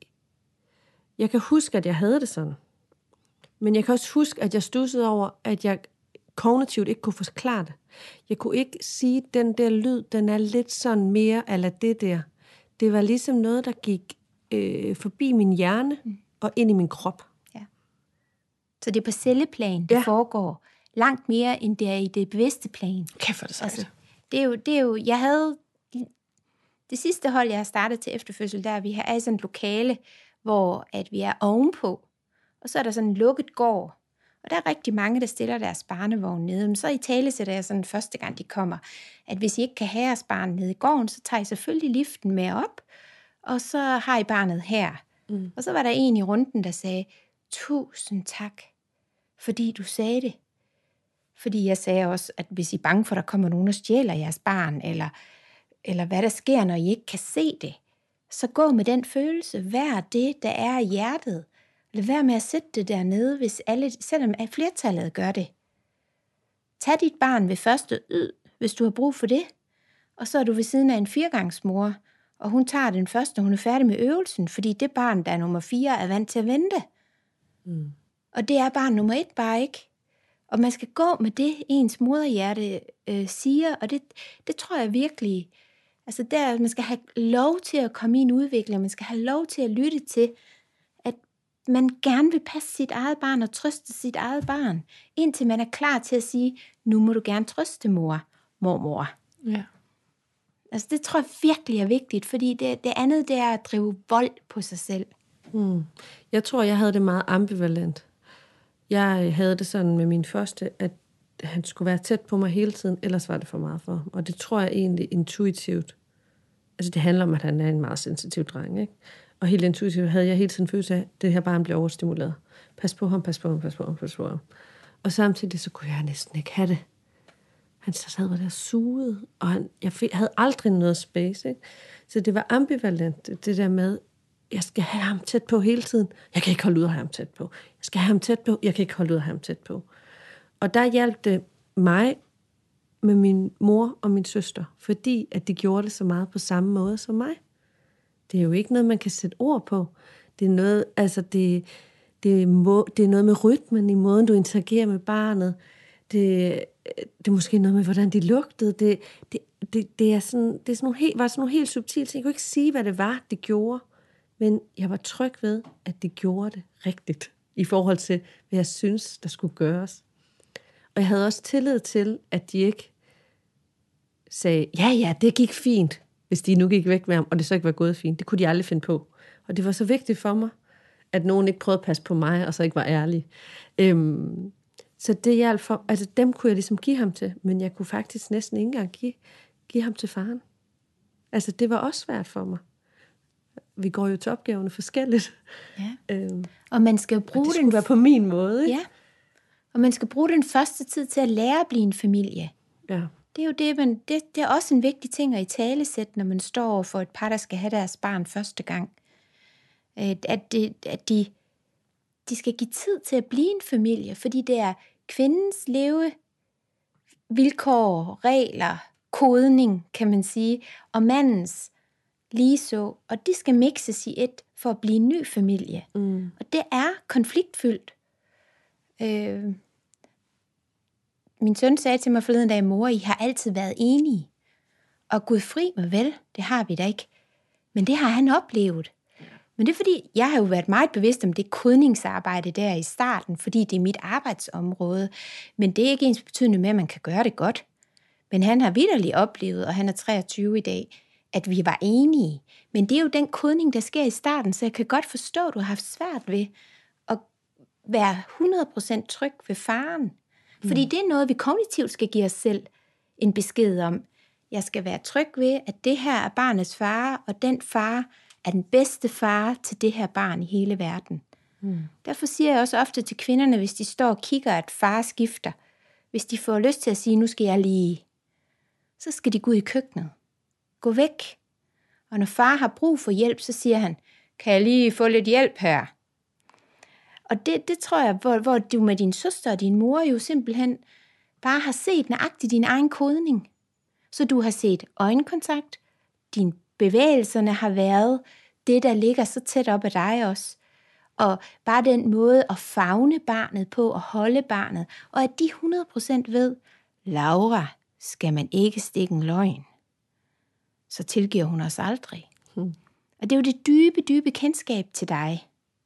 [SPEAKER 4] jeg kan huske, at jeg havde det sådan. Men jeg kan også huske, at jeg studsede over, at jeg kognitivt ikke kunne forklare det. Jeg kunne ikke sige, at den der lyd, den er lidt sådan mere, eller det der. Det var ligesom noget, der gik forbi min hjerne og ind i min krop. Ja.
[SPEAKER 3] Så det er på celleplan, det foregår langt mere, end det er i det bevidste plan.
[SPEAKER 2] Kæft for det sejt. Altså,
[SPEAKER 3] det er jo, jeg havde det sidste hold, jeg har startet til efterfødsel, der vi er i sådan et lokale, hvor at vi er ovenpå, og så er der sådan en lukket gård, og der er rigtig mange, der stiller deres barnevogn nede. Men så i tale sætter jeg sådan første gang, de kommer, at hvis I ikke kan have jeres barn nede i gården, så tager I selvfølgelig liften med op, og så har I barnet her. Mm. Og så var der en i runden, der sagde, 1000 tak, fordi du sagde det. Fordi jeg sagde også, at hvis I er bange for, at der kommer nogen og stjæler jeres barn, eller hvad der sker, når I ikke kan se det, så gå med den følelse. Vær det, der er i hjertet. Lad være med at sætte det dernede, hvis selvom flertallet gør det. Tag dit barn ved første hvis du har brug for det. Og så er du ved siden af en 4-gangsmor, og hun tager den første, når hun er færdig med øvelsen, fordi det barn, der er nummer 4, er vant til at vente. Mm. Og det er barn nummer 1 bare ikke. Og man skal gå med det, ens moderhjerte siger, og det tror jeg virkelig, altså der, man skal have lov til at komme i en udvikling, man skal have lov til at lytte til, at man gerne vil passe sit eget barn og trøste sit eget barn, indtil man er klar til at sige, nu må du gerne trøste mormor.
[SPEAKER 2] Ja.
[SPEAKER 3] Altså det tror jeg virkelig er vigtigt, fordi det andet, det er at drive vold på sig selv.
[SPEAKER 4] Mm. Jeg tror, jeg havde det meget ambivalent. Jeg havde det sådan med min første, at han skulle være tæt på mig hele tiden, ellers var det for meget for ham. Og det tror jeg egentlig intuitivt. Altså det handler om, at han er en meget sensitiv dreng, ikke? Og helt intuitivt havde jeg hele tiden følelse af, at det her barn bliver overstimuleret. Pas på ham, pas på ham, pas på ham, pas på ham. Og samtidig så kunne jeg næsten ikke have det. Han sad der suget, og jeg havde aldrig noget space, ikke? Så det var ambivalent, det der med, jeg skal have ham tæt på hele tiden. Jeg kan ikke holde ud af ham tæt på. Jeg skal have ham tæt på. Jeg kan ikke holde ud af ham tæt på. Og der hjalp det mig med min mor og min søster, fordi at de gjorde det så meget på samme måde som mig. Det er jo ikke noget, man kan sætte ord på. Det er noget, altså det er noget med rytmen i måden, du interagerer med barnet. Det er måske noget med, hvordan de lugtede. Det er sådan nogle helt subtile ting. Jeg kunne ikke sige, hvad det var, det gjorde. Men jeg var tryg ved, at det gjorde det rigtigt, i forhold til, hvad jeg synes, der skulle gøres. Og jeg havde også tillid til, at de ikke sagde, ja, det gik fint, hvis de nu gik væk med ham, og det så ikke var gået fint. Det kunne de aldrig finde på. Og det var så vigtigt for mig, at nogen ikke prøvede at passe på mig, og så ikke var ærlig. Så det hjalp for, altså dem kunne jeg ligesom give ham til, men jeg kunne faktisk næsten ikke engang give ham til faren. Altså det var også svært for mig. Vi går jo til opgaverne forskelligt.
[SPEAKER 3] Ja. Og man skal jo bruge
[SPEAKER 4] det skulle være på min måde, ikke?
[SPEAKER 3] Ja. Og man skal bruge den første tid til at lære at blive en familie.
[SPEAKER 4] Ja.
[SPEAKER 3] Det er jo det, men det er også en vigtig ting at italesætte, når man står over for et par, der skal have deres barn første gang. At de skal give tid til at blive en familie, fordi det er kvindens levevilkår, regler, kodning, kan man sige, og mandens ligeså, og de skal mixes i et for at blive en ny familie. Og det er konfliktfyldt. Min søn sagde til mig forleden dag, mor, I har altid været enige. Og Gud fri mig vel, det har vi da ikke. Men det har han oplevet. Men det er fordi, jeg har jo været meget bevidst om det kodningsarbejde der i starten, fordi det er mit arbejdsområde. Men det er ikke ens betydende med, at man kan gøre det godt. Men han har vitterligt oplevet, og han er 23 i dag, at vi var enige. Men det er jo den kodning, der sker i starten, så jeg kan godt forstå, at du har haft svært ved at være 100% tryg ved faren. Fordi det er noget, vi kognitivt skal give os selv en besked om. Jeg skal være tryg ved, at det her er barnets far, og den far er den bedste far til det her barn i hele verden. Derfor siger jeg også ofte til kvinderne, hvis de står og kigger, at far skifter, hvis de får lyst til at sige, nu skal jeg lige, så skal de gå ud i køkkenet. Gå væk. Og når far har brug for hjælp, så siger han, kan jeg lige få lidt hjælp her? Og det tror jeg, hvor du med din søster og din mor jo simpelthen bare har set nøjagtigt din egen kodning. Så du har set øjenkontakt, dine bevægelserne har været det, der ligger så tæt op ad dig også. Og bare den måde at favne barnet på og holde barnet. Og at de 100% ved, Laura, skal man ikke stikke en løgn, så tilgiver hun os aldrig. Og det er jo det dybe, dybe kendskab til dig.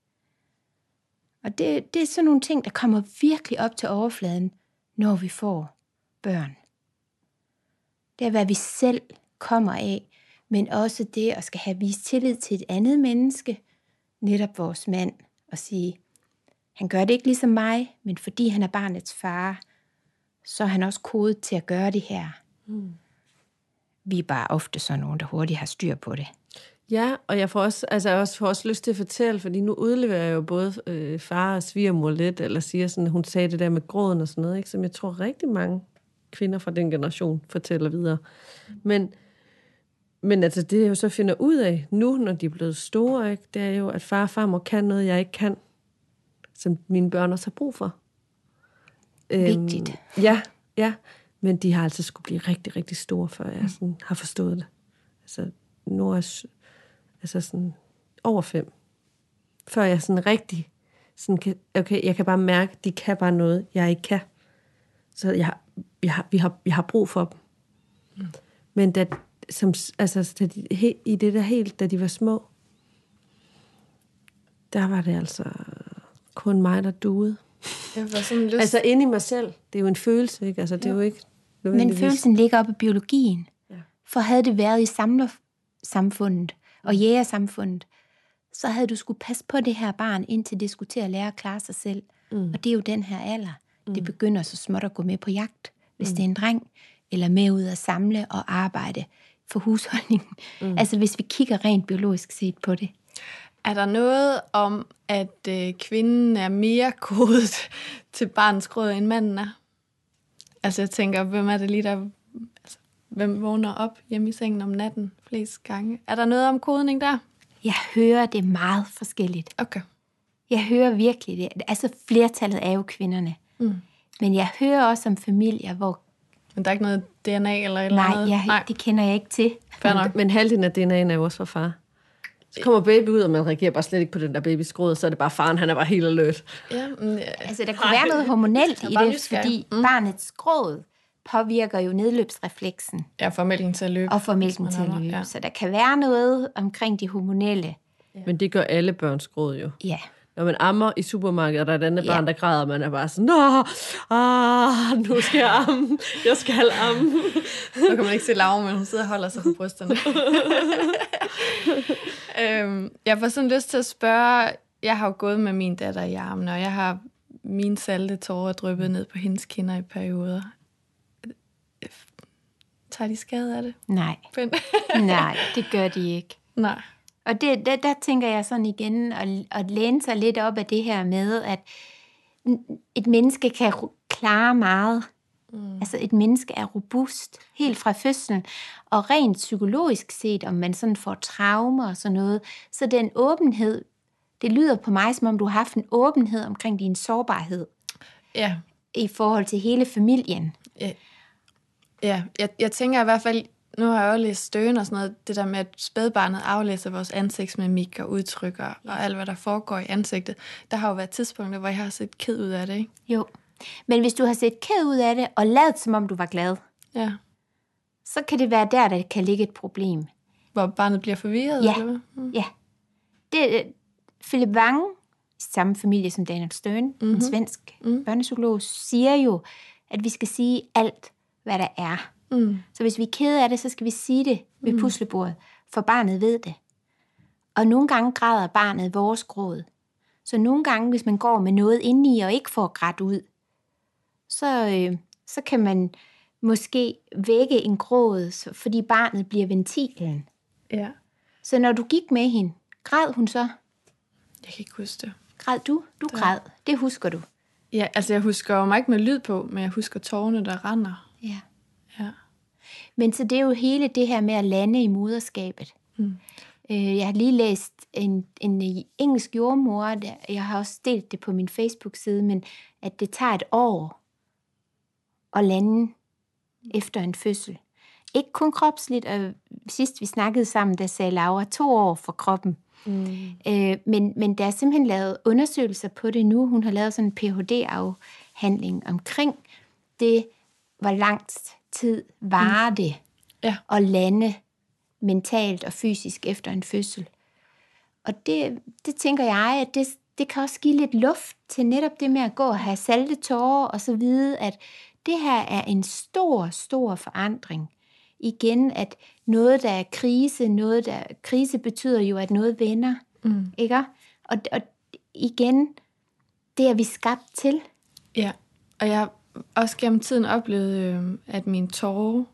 [SPEAKER 3] Og det er sådan nogle ting, der kommer virkelig op til overfladen, når vi får børn. Det er, hvad vi selv kommer af, men også det at skal have vist tillid til et andet menneske, netop vores mand, og sige, han gør det ikke ligesom mig, men fordi han er barnets far, så er han også kodet til at gøre det her. Vi er bare ofte sådan nogen, der hurtigt har styr på det.
[SPEAKER 4] Ja, og jeg får også lyst til at fortælle, fordi nu udleverer jeg jo både far og svigermor lidt, eller siger sådan, hun sagde det der med gråden og sådan noget, ikke, som jeg tror rigtig mange kvinder fra den generation fortæller videre. Men altså det, jeg jo så finder ud af nu, når de er blevet store, ikke, det er jo, at far og farmor kan noget, jeg ikke kan, som mine børn også har brug for.
[SPEAKER 3] Vigtigt.
[SPEAKER 4] Ja, men de har altså skulle blive rigtig, rigtig store, før jeg sådan har forstået det. Altså nu er altså sådan over 5. Før jeg sådan rigtig sådan kan, okay, jeg kan bare mærke, de kan bare noget, jeg ikke kan. Så vi har brug for dem. Men da de var små, der var det altså kun mig, der duede.
[SPEAKER 2] Jeg var sådan lyst.
[SPEAKER 4] Altså inde i mig selv. Det er jo en følelse, ikke? Altså det er jo ikke
[SPEAKER 3] Men følelsen ligger op i biologien. Ja. For havde det været i samlersamfundet og jægersamfundet, så havde du skulle passe på det her barn, indtil det skulle til at lære at klare sig selv. Og det er jo den her alder. Det begynder så småt at gå med på jagt, hvis det er en dreng, eller med ud at samle og arbejde for husholdningen. Altså hvis vi kigger rent biologisk set på det.
[SPEAKER 2] Er der noget om, at kvinden er mere kodet til barnets gråd, end manden er? Altså jeg tænker, hvem er det lige, der... Altså, hvem vågner op hjemme i sengen om natten flest gange? Er der noget om kodning der?
[SPEAKER 3] Jeg hører det meget forskelligt.
[SPEAKER 2] Okay.
[SPEAKER 3] Jeg hører virkelig det. Altså flertallet er jo kvinderne. Men jeg hører også om familier, hvor...
[SPEAKER 2] Men der er ikke noget DNA eller et eller andet?
[SPEAKER 3] Nej, det kender jeg ikke til.
[SPEAKER 4] Men halvdelen af DNA'en er jo også fra far. Så kommer baby ud, og man reagerer bare slet ikke på den der babys gråd, så er det bare faren, han er bare helt alert.
[SPEAKER 3] Ja, altså der kunne være noget hormonelt i det, fordi barnets gråd påvirker jo nedløbsrefleksen.
[SPEAKER 2] Ja, for mælken til at løbe.
[SPEAKER 3] Og for mælken til at løbe. Ja. Så der kan være noget omkring de hormonelle.
[SPEAKER 4] Ja. Men det gør alle børns gråd jo.
[SPEAKER 3] Ja.
[SPEAKER 4] Når man ammer i supermarkedet, og der er et andet barn, der græder, man er bare sådan, nu skal jeg amme. Jeg skal amme.
[SPEAKER 2] Nu kan man ikke se Laura, men hun sidder og holder sig på brysterne. Jeg får sådan lyst til at spørge, jeg har jo gået med min datter i armene, og jeg har mine salte tårer dryppet ned på hendes kinder i perioder. Tager de skade af det?
[SPEAKER 3] Nej. Nej, det gør de ikke.
[SPEAKER 2] Nej.
[SPEAKER 3] Og der tænker jeg sådan igen, at læne sig lidt op af det her med, at et menneske kan klare meget. Altså et menneske er robust helt fra fødslen. Og rent psykologisk set, om man sådan får traumer og sådan noget, så den åbenhed, det lyder på mig, som om du har haft en åbenhed omkring din sårbarhed.
[SPEAKER 2] Ja.
[SPEAKER 3] I forhold til hele familien.
[SPEAKER 2] Ja, jeg tænker i hvert fald, nu har jeg jo læst Støen og sådan noget, det der med, at spædbarnet aflæser vores ansigtsmimik og udtrykker, og alt, hvad der foregår i ansigtet. Der har jo været tidspunkter, hvor jeg har set ked ud af det, ikke?
[SPEAKER 3] Jo, men hvis du har set ked ud af det, og ladet som om du var glad,
[SPEAKER 2] ja,
[SPEAKER 3] så kan det være der kan ligge et problem.
[SPEAKER 2] Hvor barnet bliver forvirret?
[SPEAKER 3] Ja,
[SPEAKER 2] eller hvad?
[SPEAKER 3] Ja. Philip Wang, samme familie som Daniel Stern, en svensk børnepsykolog, siger jo, at vi skal sige alt, hvad der er. Så hvis vi er kede af det, så skal vi sige det ved puslebordet, for barnet ved det. Og nogle gange græder barnet vores gråd. Så nogle gange, hvis man går med noget indeni og ikke får grædt ud, så kan man måske vække en gråd, fordi barnet bliver ventilen.
[SPEAKER 2] Ja.
[SPEAKER 3] Så når du gik med hende, græd hun så?
[SPEAKER 2] Jeg kan ikke huske det.
[SPEAKER 3] Græd du? Du græd. Det husker du.
[SPEAKER 2] Ja, altså jeg husker jo mig ikke med lyd på, men jeg husker tårerne, der render.
[SPEAKER 3] Ja.
[SPEAKER 2] Ja.
[SPEAKER 3] Men så det er jo hele det her med at lande i moderskabet. Jeg har lige læst en engelsk jordmor, jeg har også delt det på min Facebook-side, men at det tager et år at lande efter en fødsel. Ikke kun kropsligt, og sidst vi snakkede sammen, der sagde Laura 2 år for kroppen. Men der er simpelthen lavet undersøgelser på det nu. Hun har lavet sådan en PhD-afhandling omkring det, hvor lang tid varer det at lande mentalt og fysisk efter en fødsel. Og det tænker jeg, at det kan også give lidt luft til netop det med at gå og have salte tårer, og så vide, at det her er en stor, stor forandring. Igen, at noget, der er krise, krise betyder jo, at noget vender, ikke? Og igen, det er vi skabt til.
[SPEAKER 2] Ja, og jeg har også gennem tiden oplevet, at mine tårer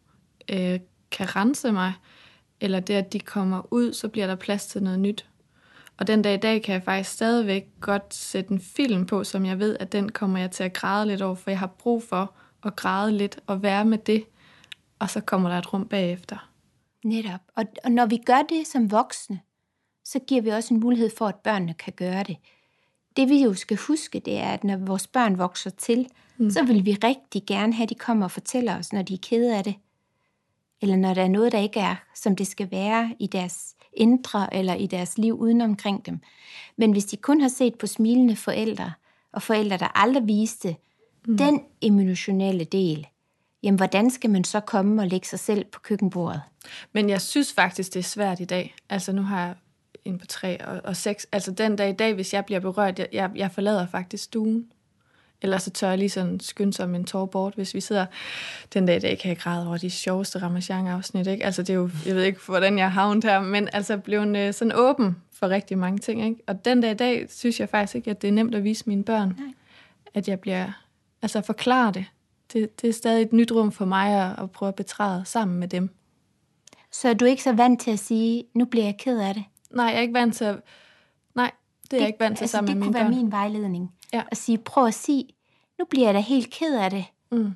[SPEAKER 2] kan rense mig, eller det, at de kommer ud, så bliver der plads til noget nyt. Og den dag i dag kan jeg faktisk stadigvæk godt sætte en film på, som jeg ved, at den kommer jeg til at græde lidt over, for jeg har brug for at græde lidt og være med det, og så kommer der et rum bagefter.
[SPEAKER 3] Netop. Og når vi gør det som voksne, så giver vi også en mulighed for, at børnene kan gøre det. Det vi jo skal huske, det er, at når vores børn vokser til, så vil vi rigtig gerne have, at de kommer og fortæller os, når de er kede af det. Eller når der er noget, der ikke er, som det skal være i deres indre eller i deres liv uden omkring dem. Men hvis de kun har set på smilende forældre, og forældre, der aldrig viste den emotionelle del, jamen hvordan skal man så komme og lægge sig selv på køkkenbordet?
[SPEAKER 2] Men jeg synes faktisk, det er svært i dag. Altså nu har jeg en på 3 og 6. Altså den dag i dag, hvis jeg bliver berørt, jeg forlader faktisk stuen. Ellers så tør jeg lige sådan skynde sig med en tår bort, hvis vi sidder den dag i dag, kan jeg græde over de sjoveste Ramachan-afsnit, ikke? Altså det er jo, jeg ved ikke, hvordan jeg har havnet her, men altså blevet sådan åben for rigtig mange ting, ikke? Og den dag i dag, synes jeg faktisk ikke, at det er nemt at vise mine børn, at jeg bliver, altså forklare det. Det er stadig et nyt rum for mig at prøve at betræde sammen med dem.
[SPEAKER 3] Så er du ikke så vant til at sige, nu bliver jeg ked af det?
[SPEAKER 2] Nej, jeg er ikke vant til at... Nej, det er jeg ikke vant til sammen med mine børn.
[SPEAKER 3] Det kunne være min vejledning.
[SPEAKER 2] Ja.
[SPEAKER 3] At sige, prøv at sige, nu bliver jeg da helt ked af det.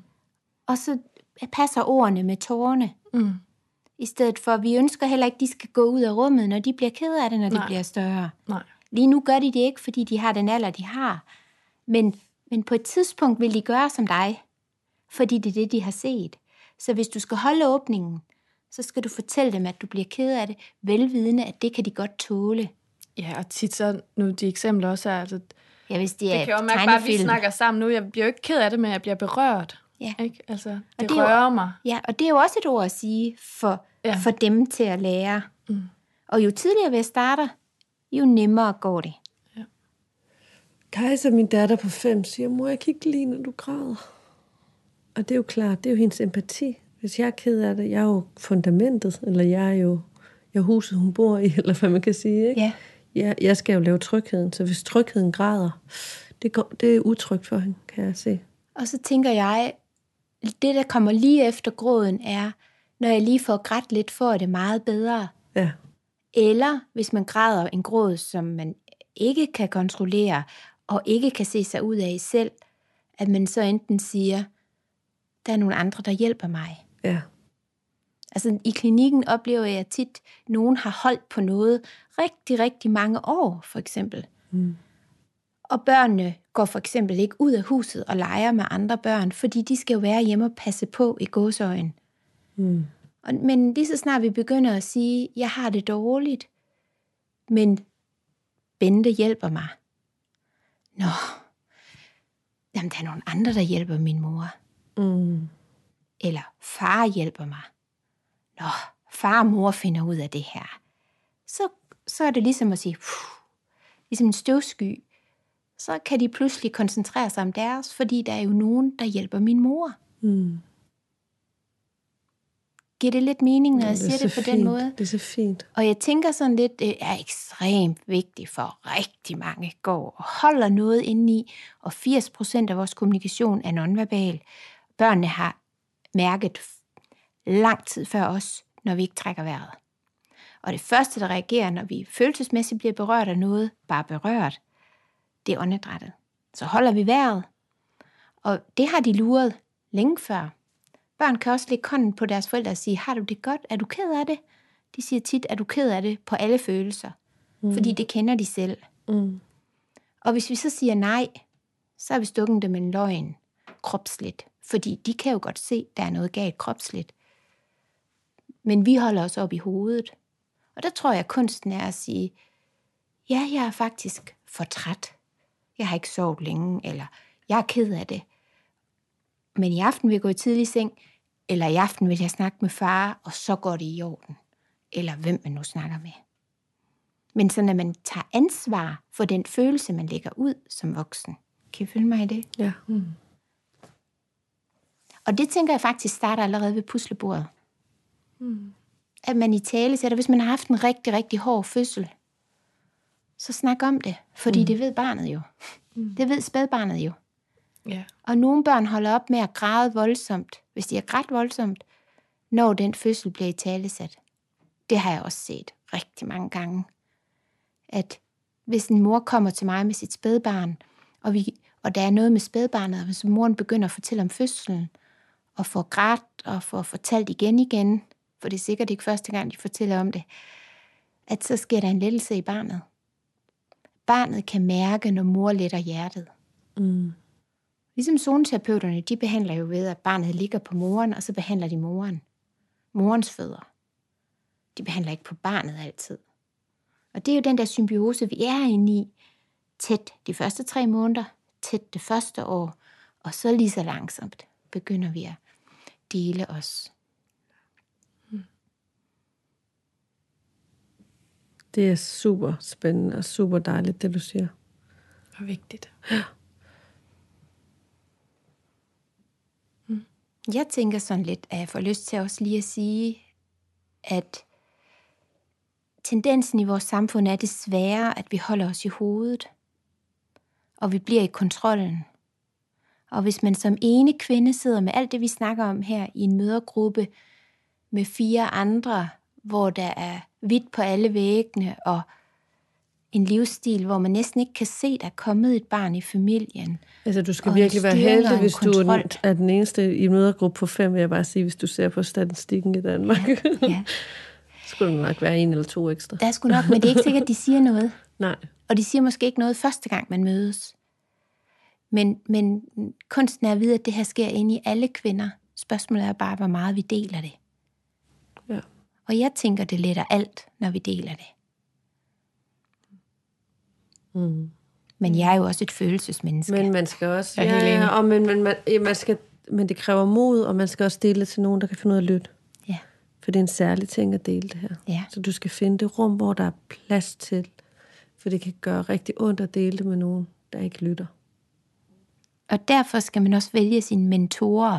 [SPEAKER 3] Og så passer ordene med tårerne. I stedet for, vi ønsker heller ikke, at de skal gå ud af rummet, når de bliver ked af det, når de bliver større.
[SPEAKER 2] Nej.
[SPEAKER 3] Lige nu gør de det ikke, fordi de har den alder, de har. Men på et tidspunkt vil de gøre som dig, fordi det er det, de har set. Så hvis du skal holde åbningen, så skal du fortælle dem, at du bliver ked af det, velvidende, at det kan de godt tåle.
[SPEAKER 2] Ja, og tit så, nu de eksempler også er, altså,
[SPEAKER 3] ja, hvis
[SPEAKER 2] det kan jo mærke bare, at vi snakker sammen nu. Jeg bliver jo ikke ked af det, men jeg bliver berørt.
[SPEAKER 3] Ja.
[SPEAKER 2] Ikke? Altså, det rører mig.
[SPEAKER 3] Ja, og det er jo også et ord at sige for dem til at lære. Og jo tidligere vi starter, jo nemmere går det.
[SPEAKER 4] Ja. Kajsa, min datter på 5, siger, mor, jeg kan ikke lide, når du græder. Og det er jo klart, det er jo hendes empati. Hvis jeg er ked af det, jeg er jo fundamentet, eller jeg er huset, hun bor i, eller hvad man kan sige, ikke?
[SPEAKER 3] Ja.
[SPEAKER 4] jeg skal jo lave trygheden, så hvis trygheden græder, det er utrygt for hende, kan jeg se.
[SPEAKER 3] Og så tænker jeg, det der kommer lige efter gråden er, når jeg lige får grædt lidt, får det meget bedre.
[SPEAKER 4] Ja.
[SPEAKER 3] Eller hvis man græder en gråd, som man ikke kan kontrollere, og ikke kan se sig ud af selv, at man så enten siger, der er nogle andre, der hjælper mig.
[SPEAKER 4] Ja.
[SPEAKER 3] Altså i klinikken oplever jeg tit, at nogen har holdt på noget rigtig, rigtig mange år, for eksempel. Og børnene går for eksempel ikke ud af huset og leger med andre børn, fordi de skal jo være hjemme og passe på i gåseøjne. Men lige så snart vi begynder at sige, jeg har det dårligt, men Bente hjælper mig. Nå, jamen der er nogle andre, der hjælper min mor. Eller far hjælper mig. Nå, far og mor finder ud af det her. Så er det ligesom at sige, ligesom en støvsky. Så kan de pludselig koncentrere sig om deres, fordi der er jo nogen, der hjælper min mor. Giver det lidt mening, når jeg siger det på den måde?
[SPEAKER 4] Det er så fint.
[SPEAKER 3] Og jeg tænker sådan lidt, det er ekstremt vigtigt for rigtig mange går og holder noget indeni, og 80% af vores kommunikation er nonverbal. Børnene har mærket lang tid før os, når vi ikke trækker vejret. Og det første, der reagerer, når vi følelsesmæssigt bliver berørt af noget, bare berørt, det er åndedrættet. Så holder vi vejret. Og det har de luret længe før. Børn kan også lægge hånden på deres forældre og sige, har du det godt? Er du ked af det? De siger tit, er du ked af det på alle følelser. Fordi det kender de selv. Og hvis vi så siger nej, så har vi stukket dem en løgn kropsligt. Fordi de kan jo godt se, at der er noget galt kropsligt. Men vi holder os op i hovedet. Og der tror jeg, at kunsten er at sige, ja, jeg er faktisk for træt. Jeg har ikke sovet længe, eller jeg er ked af det. Men i aften vil jeg gå i tidlig seng, eller i aften vil jeg snakke med far, og så går det i orden. Eller hvem man nu snakker med. Men sådan, at man tager ansvar for den følelse, man lægger ud som voksen. Kan I følge mig i det?
[SPEAKER 4] Ja.
[SPEAKER 3] Og det tænker jeg faktisk starter allerede ved puslebordet. At man i tale sætter, hvis man har haft en rigtig, rigtig hård fødsel, så snak om det, fordi det ved barnet jo. Det ved spædbarnet jo.
[SPEAKER 2] Ja.
[SPEAKER 3] Og nogle børn holder op med at græde voldsomt, hvis de har grædt voldsomt, når den fødsel bliver i talesat. Det har jeg også set rigtig mange gange. At hvis en mor kommer til mig med sit spædbarn, og der er noget med spædbarnet, og hvis moren begynder at fortælle om fødslen, og får grædt og får fortalt igen, for det er sikkert ikke første gang, de fortæller om det, at så sker der en lettelse i barnet. Barnet kan mærke, når mor letter hjertet. Ligesom zoneterapeuterne, de behandler jo ved, at barnet ligger på moren, og så behandler de morens fødder. De behandler ikke på barnet altid. Og det er jo den der symbiose, vi er inde i. Tæt de første 3 måneder, tæt det første år, og så lige så langsomt begynder vi at dele os.
[SPEAKER 4] Det er super spændende og super dejligt, det du siger.
[SPEAKER 2] Og vigtigt.
[SPEAKER 3] Jeg tænker sådan lidt, at jeg får lyst til også lige at sige, at tendensen i vores samfund er desværre, at vi holder os i hovedet, og vi bliver i kontrollen. Og hvis man som ene kvinde sidder med alt det, vi snakker om her, i en mødergruppe med 4 andre, hvor der er hvidt på alle væggene, og en livsstil, hvor man næsten ikke kan se, der er kommet et barn i familien.
[SPEAKER 4] Altså, du skal virkelig være heldig, hvis du er den eneste i en mødergruppe på 5, vil jeg bare sige, hvis du ser på statistikken i Danmark.
[SPEAKER 3] Ja.
[SPEAKER 4] Skulle der nok være 1 eller 2 ekstra.
[SPEAKER 3] Der er sgu nok, men det er ikke sikkert, at de siger noget.
[SPEAKER 4] Nej.
[SPEAKER 3] Og de siger måske ikke noget første gang, man mødes. Men kunsten er at vide, at det her sker inde i alle kvinder. Spørgsmålet er bare, hvor meget vi deler det.
[SPEAKER 4] Ja.
[SPEAKER 3] Og jeg tænker, det letter alt, når vi deler det. Men jeg er jo også et følelsesmenneske.
[SPEAKER 4] Men man skal også...
[SPEAKER 3] Jeg er helt enig.
[SPEAKER 4] Og man skal, men det kræver mod, og man skal også dele det til nogen, der kan finde ud af at lytte.
[SPEAKER 3] Ja.
[SPEAKER 4] For det er en særlig ting at dele det her.
[SPEAKER 3] Ja.
[SPEAKER 4] Så du skal finde det rum, hvor der er plads til. For det kan gøre rigtig ondt at dele det med nogen, der ikke lytter.
[SPEAKER 3] Og derfor skal man også vælge sine mentorer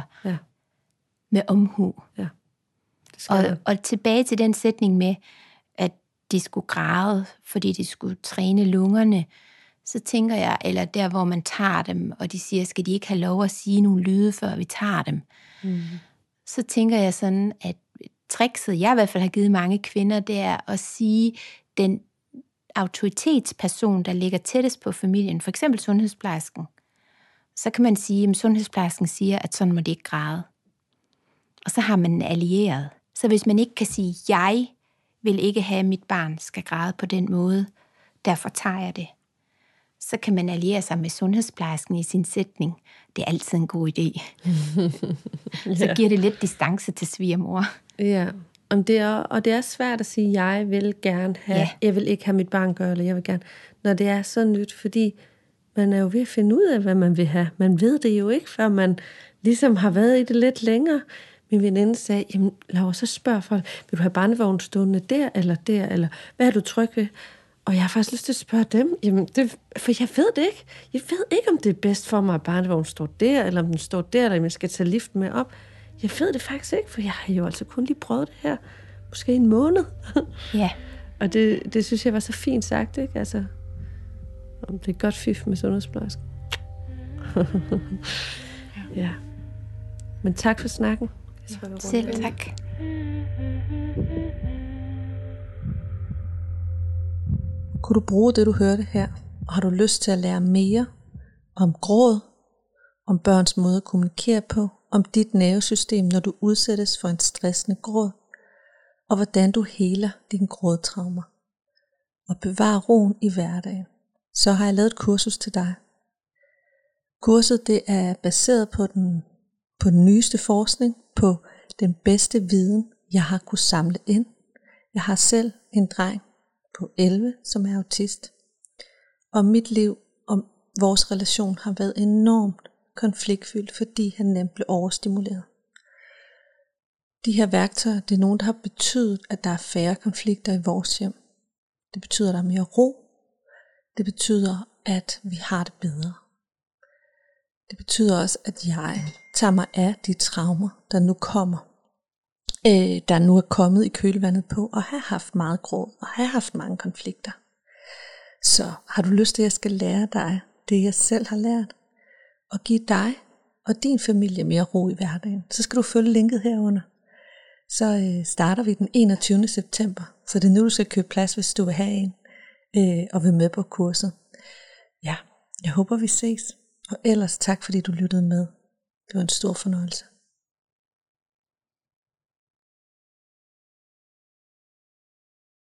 [SPEAKER 3] med omhu.
[SPEAKER 4] Ja.
[SPEAKER 3] Og tilbage til den sætning med, at de skulle græde, fordi de skulle træne lungerne, så tænker jeg, eller der, hvor man tager dem, og de siger, skal de ikke have lov at sige nogle lyde, før vi tager dem? Så tænker jeg sådan, at trickset, jeg i hvert fald har givet mange kvinder, det er at sige, den autoritetsperson, der ligger tættest på familien, for eksempel sundhedsplejersken, så kan man sige, at sundhedsplejersken siger, at sådan må det ikke græde. Og så har man en allieret. Så hvis man ikke kan sige, jeg vil ikke have, at mit barn skal græde på den måde, derfor tager jeg det, så kan man alliere sig med sundhedsplejersken i sin sætning. Det er altid en god idé. Så giver det lidt distance til svigermor.
[SPEAKER 4] Ja, og det er svært at sige, jeg vil gerne have, jeg vil ikke have mit barn gøre, eller jeg vil gerne, når det er så nyt, fordi man er jo ved at finde ud af, hvad man vil have. Man ved det jo ikke, før man ligesom har været i det lidt længere. Min veninde sagde, jamen Laura, så spørger folk, vil du have barnevognen stående der, eller hvad er du tryg ved? Og jeg har faktisk lyst til at spørge dem, jamen for jeg ved det ikke. Jeg ved ikke, om det er bedst for mig, at barnevognen står der, eller om den står der, eller om jeg skal tage lift med op. Jeg ved det faktisk ikke, for jeg har jo altså kun lige prøvet det her. Måske en måned.
[SPEAKER 3] Ja.
[SPEAKER 4] Og det synes jeg var så fint sagt, ikke? Altså, om det er godt fif med sundhedsplejersken. Ja. Men tak for snakken.
[SPEAKER 3] Selv tak.
[SPEAKER 1] Kunne du bruge det, du hørte her? Og har du lyst til at lære mere om gråd, om børns måde at kommunikere på, om dit nervesystem, når du udsættes for en stressende gråd, og hvordan du heler dine grådtraumer og bevarer roen i hverdagen, så har jeg lavet et kursus til dig. Kurset det er baseret på den nyeste forskning, på den bedste viden, jeg har kunnet samle ind. Jeg har selv en dreng på 11, som er autist. Og mit liv og vores relation har været enormt konfliktfyldt, fordi han nemt blev overstimuleret. De her værktøjer, det er nogen, der har betydet, at der er færre konflikter i vores hjem. Det betyder, at der er mere ro. Det betyder, at vi har det bedre. Det betyder også, at jeg tager mig af de traumer, der nu kommer. Der nu er kommet i kølvandet på, og har haft meget gråd, og har haft mange konflikter. Så har du lyst til, at jeg skal lære dig det, jeg selv har lært, og give dig og din familie mere ro i hverdagen, så skal du følge linket herunder. Så starter vi den 21. september, så det er nu, du skal købe plads, hvis du vil have en, og vil med på kurset. Ja, jeg håber, vi ses. Og ellers tak, fordi du lyttede med. Det var en stor fornøjelse.